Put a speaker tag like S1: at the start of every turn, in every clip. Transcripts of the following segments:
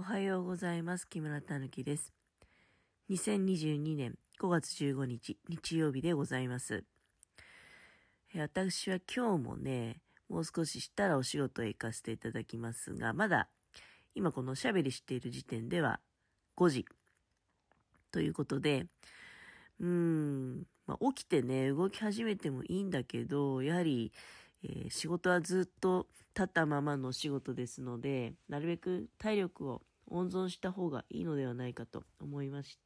S1: はようございます。木村たぬきです。2022年5月15日、日曜日でございます。私は今日もね、もう少ししたらお仕事へ行かせていただきますが、まだ今このおしゃべりしている時点では5時ということで、起きてね、動き始めてもいいんだけど、やはり、仕事はずっと立ったままのお仕事ですので、なるべく体力を温存した方がいいのではないかと思いまして、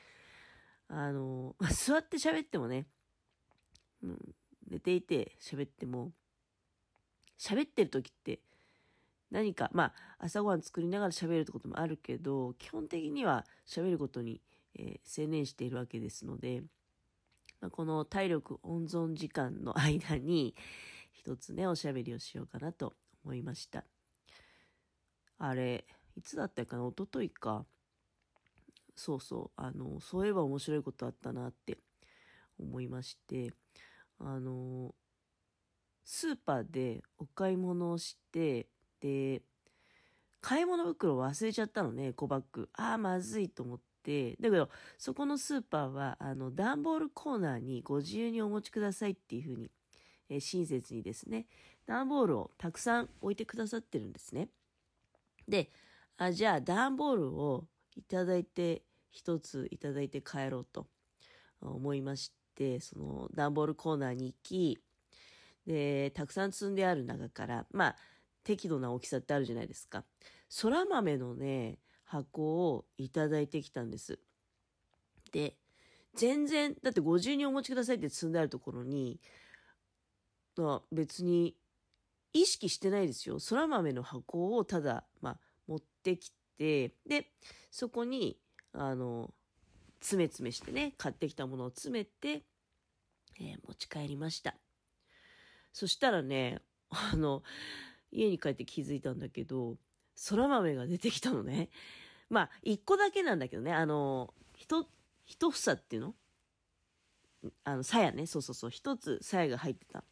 S1: 座って喋ってもね、寝ていて喋っても、喋ってる時って何か、朝ごはん作りながら喋るってこともあるけど、基本的には喋ることに、専念しているわけですので、この体力温存時間の間に一つね、おしゃべりをしようかなと思いました。あれ、いつだったかな、一昨日か。そういえば面白いことあったなって思いまして、スーパーでお買い物をして、で、買い物袋を忘れちゃったのね、エコバッグ。まずいと思って、だけど、そこのスーパーは、段ボールコーナーにご自由にお持ちくださいっていうふうに、親切にですね、段ボールをたくさん置いてくださってるんですね。で、じゃあ段ボールを一ついただいて帰ろうと思いまして、その段ボールコーナーに行き、で、たくさん積んである中から、適度な大きさってあるじゃないですか。そら豆のね、箱をいただいてきたんです。で、全然、だってご自由にお持ちくださいって積んであるところに、別に意識してないですよ。そら豆の箱をただ、持ってきて、で、そこに、詰め詰めしてね、買ってきたものを詰めて、持ち帰りました。そしたらね、家に帰って気づいたんだけど、そら豆が出てきたのね。一個だけなんだけどね、一房っていうの鞘ね、そう、一つ鞘が入ってた。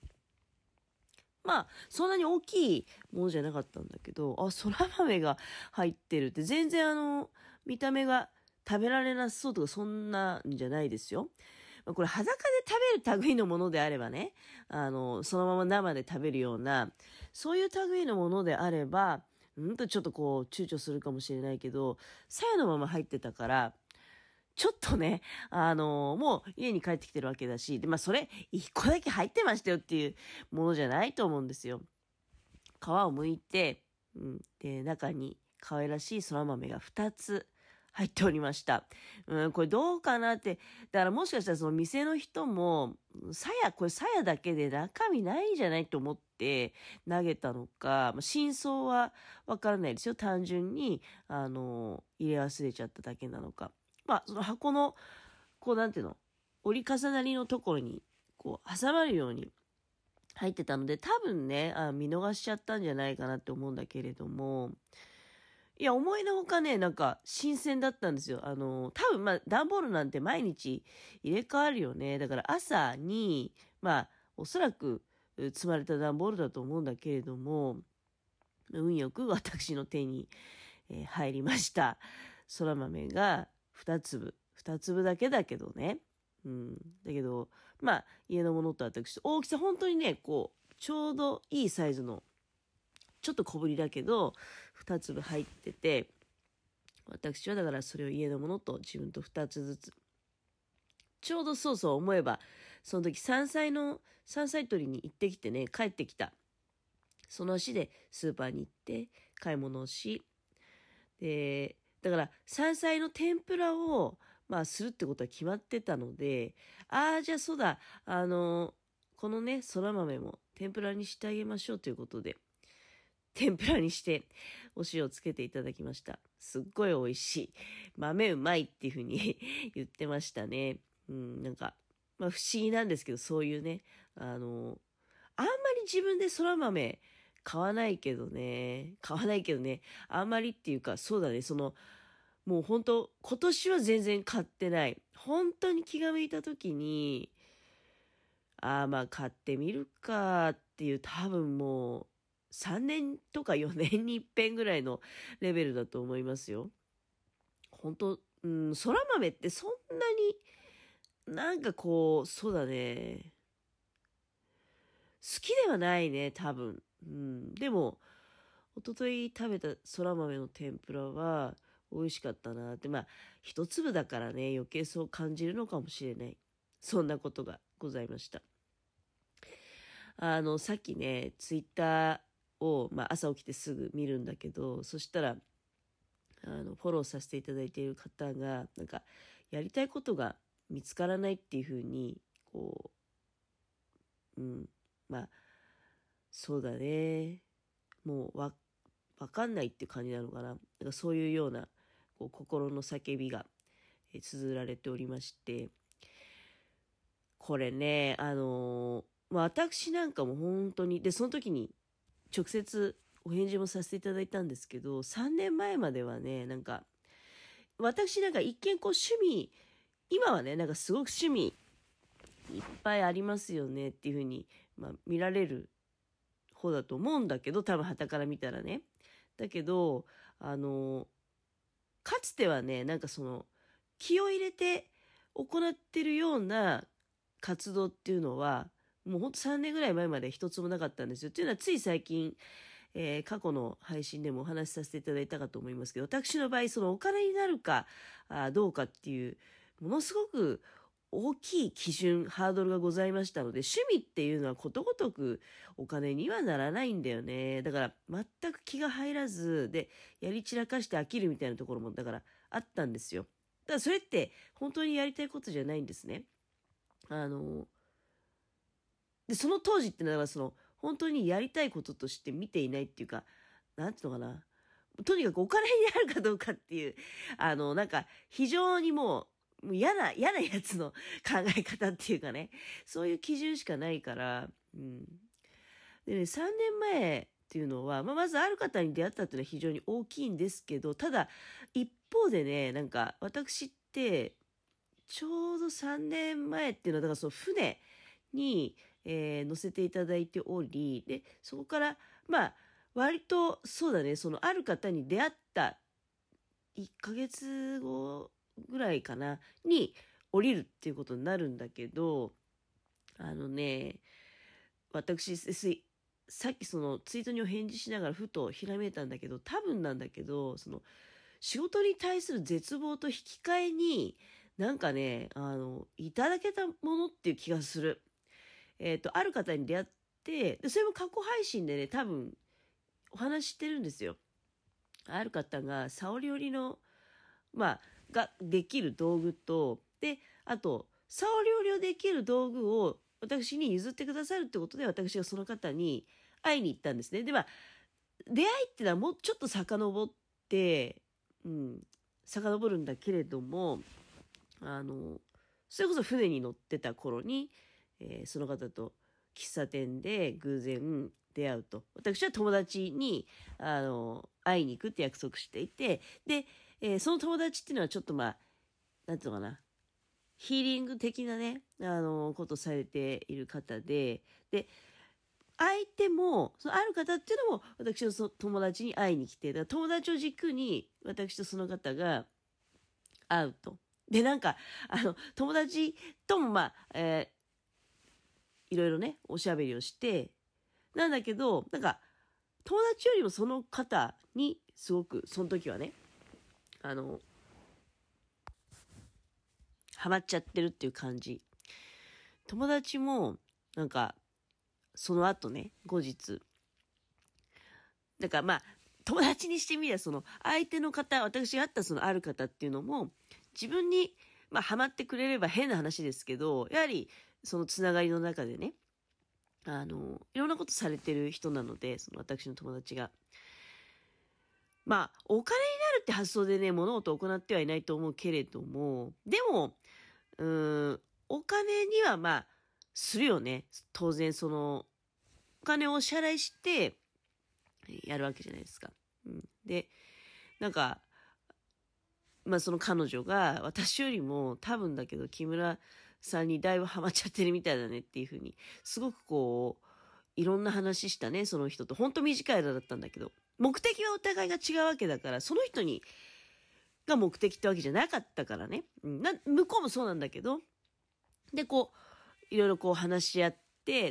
S1: そんなに大きいものじゃなかったんだけど、そら豆が入ってるって、全然見た目が食べられなそうとか、そんなんじゃないですよ。これ裸で食べる類のものであればね、そのまま生で食べるような、そういう類のものであれば、ちょっとこう、躊躇するかもしれないけど、鞘のまま入ってたから、ちょっとね、もう家に帰ってきてるわけだし、で、それ、一個だけ入ってましたよっていうものじゃないと思うんですよ。皮を剥いて、で、中に可愛らしいそら豆が2つ入っておりました。これどうかなって。だからもしかしたらその店の人も、これ鞘だけで中身ないんじゃないと思って投げたのか、真相はわからないですよ。単純に、入れ忘れちゃっただけなのか。その箱の、なんていうの、折り重なりのところに、挟まるように入ってたので、多分ね、見逃しちゃったんじゃないかなって思うんだけれども、いや、思いのほかね、新鮮だったんですよ。多分段ボールなんて毎日入れ替わるよね。だから朝に、おそらく積まれた段ボールだと思うんだけれども、運よく私の手に、入りました。そら豆が2粒だけだけどね。だけど、家のものと私、大きさ本当にね、ちょうどいいサイズの、ちょっと小ぶりだけど、2粒入ってて、私はだからそれを家のものと自分と2つずつ。ちょうどそう思えば、その時山菜採りに行ってきてね、帰ってきた。その足でスーパーに行って買い物をし、で、だから山菜の天ぷらを、するってことは決まってたので、じゃあそうだ、このね、そら豆も天ぷらにしてあげましょうということで、天ぷらにしてお塩をつけていただきました。すっごい美味しい。豆うまいっていう風に言ってましたね。不思議なんですけど、そういうね、あんまり自分でそら豆買わないけどね、あんまりっていうか、そうだね、もう本当、今年は全然買ってない。本当に気が向いた時に、買ってみるかっていう、多分もう、 3年とか4年に一遍ぐらいのレベルだと思いますよ。本当、そら豆ってそんなになんかこう、そうだね。好きではないね、多分。でも、一昨日食べたそら豆の天ぷらは美味しかったなって。まあ、一粒だからね、余計そう感じるのかもしれない。そんなことがございました。さっきね、ツイッターを、まあ、朝起きてすぐ見るんだけど、そしたら、フォローさせていただいている方が、なんか、やりたいことが見つからないっていうふうに、こう、まあ、そうだね。もうわかんないっていう感じなのかな。なんかそういうような、こう、心の叫びが、綴られておりまして、これね、まあ、私なんかも本当に、で、その時に直接お返事もさせていただいたんですけど、3年前まではね、なんか、私なんか一見こう趣味、今はね、なんかすごく趣味いっぱいありますよねっていう風に、まあ、見られる方だと思うんだけど、多分傍から見たらね。だけど、あの、かつてはね、なんかその、気を入れて行ってるような活動っていうのは、もうほんと3年ぐらい前まで一つもなかったんですよ。っていうのはつい最近、過去の配信でもお話しさせていただいたかと思いますけど、私の場合、そのお金になるかどうかっていう、ものすごく大きい基準、ハードルがございましたので、趣味っていうのはことごとくお金にはならないんだよね。だから全く気が入らず、で、やり散らかして飽きるみたいなところも、だからあったんですよ。だからそれって本当にやりたいことじゃないんですね。で、その当時ってのは、その、本当にやりたいこととして見ていないっていうか、なんていうのかな。とにかくお金になるかどうかっていう、なんか、非常にもう嫌なやつの考え方っていうかね、そういう基準しかないから、でね、3年前っていうのは、まあ、まずある方に出会ったっていうのは非常に大きいんですけど、ただ、一方でね、なんか、私って、ちょうど3年前っていうのは、だからその船に、乗せていただいており、で、そこから、まあ、割と、そうだね、その、ある方に出会った1ヶ月後ぐらいかな、に降りるっていうことになるんだけど、あのね、私、さっきそのツイートにお返事しながらふとひらめいたんだけど、多分なんだけど、その、仕事に対する絶望と引き換えに、なんかね、いただけたものっていう気がする。ある方に出会って、で、それも過去配信でね、多分、お話ししてるんですよ。ある方が、沙織織の、まあ、ができる道具と、で、あと、沙織織をできる道具を私に譲ってくださるってことで、私がその方に会いに行ったんですね。で、まあ、出会いってのはもうちょっと遡って、遡るんだけれども、それこそ船に乗ってた頃に、その方と喫茶店で偶然出会うと。私は友達に、会いに行くって約束していて、で、その友達っていうのはちょっとまあ、なんていうのかな、ヒーリング的なね、ことされている方で、で、相手も、そのある方っていうのも、私の友達に会いに来て、だから友達を軸に、私とその方が会うと。で、なんか、友達とも、まあ、いろいろね、おしゃべりをして、なんだけど、なんか、友達よりもその方に、すごく、その時はね、ハマっちゃってるっていう感じ。友達も、なんか、その後ね、後日、だからまあ、友達にしてみれば、その、相手の方、私が会ったそのある方っていうのも、自分に、まあ、ハマってくれれば変な話ですけど、やはり、そのつながりの中でね、いろんなことされてる人なので、その私の友達が。まあ、お金になるって発想でね、物事を行ってはいないと思うけれども、でも、お金にはまあ、するよね。当然、その、お金をお支払いして、やるわけじゃないですか。で、なんか、まあその彼女が私よりも多分だけど木村さんにだいぶハマっちゃってるみたいだねっていうふうに、すごくこう、 いろんな話したね、その人と。ほんと短い間だったんだけど。目的はお互いが違うわけだから、その人が目的ってわけじゃなかったからね。向こうもそうなんだけど。で、いろいろ話し合って、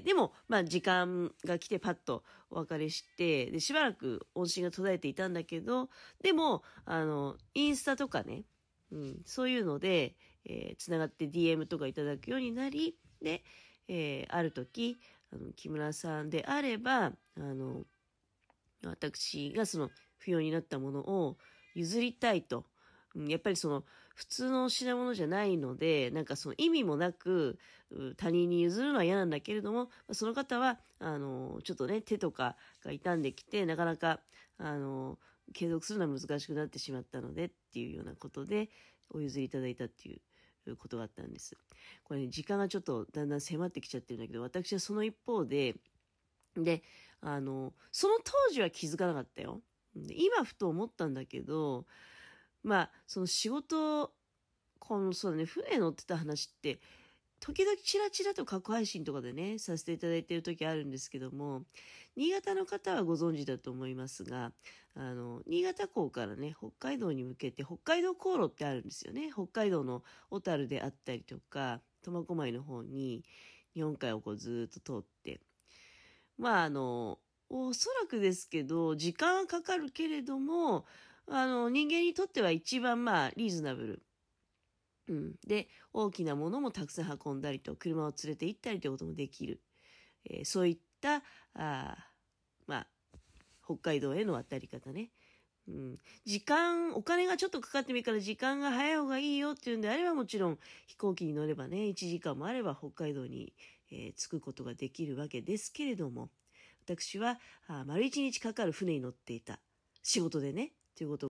S1: でも、時間が来てパッとお別れして、で、しばらく音信が途絶えていたんだけど、でも、インスタとかね、そういうので、つながって DM とかいただくようになり、で、ある時、木村さんであれば、私がその不要になったものを譲りたいと。やっぱり普通の品物じゃないので、なんかその意味もなく、他人に譲るのは嫌なんだけれども、その方は、ちょっとね、手とかが傷んできて、なかなか、継続するのは難しくなってしまったので、っていうようなことで、お譲りいただいたっていうことがあったんです。これね、時間がちょっとだんだん迫ってきちゃってるんだけど、私はその一方で、その当時は気づかなかったよ。で今ふと思ったんだけど、その仕事、そうだね、船乗ってた話って、時々チラチラと過去配信とかでね、させていただいている時あるんですけども、新潟の方はご存知だと思いますが、新潟港からね、北海道に向けて、北海道航路ってあるんですよね。北海道の小樽であったりとか、苫小牧の方に、日本海をずっと通って、おそらくですけど、時間はかかるけれども、人間にとっては一番リーズナブル。で、大きなものもたくさん運んだりと、車を連れて行ったりということもできる。そういった、北海道への渡り方ね。お金がちょっとかかってもいいから時間が早い方がいいよっていうんであればもちろん飛行機に乗ればね、1時間もあれば北海道に、着くことができるわけですけれども、私は丸1日かかる船に乗っていた。仕事でね、ということ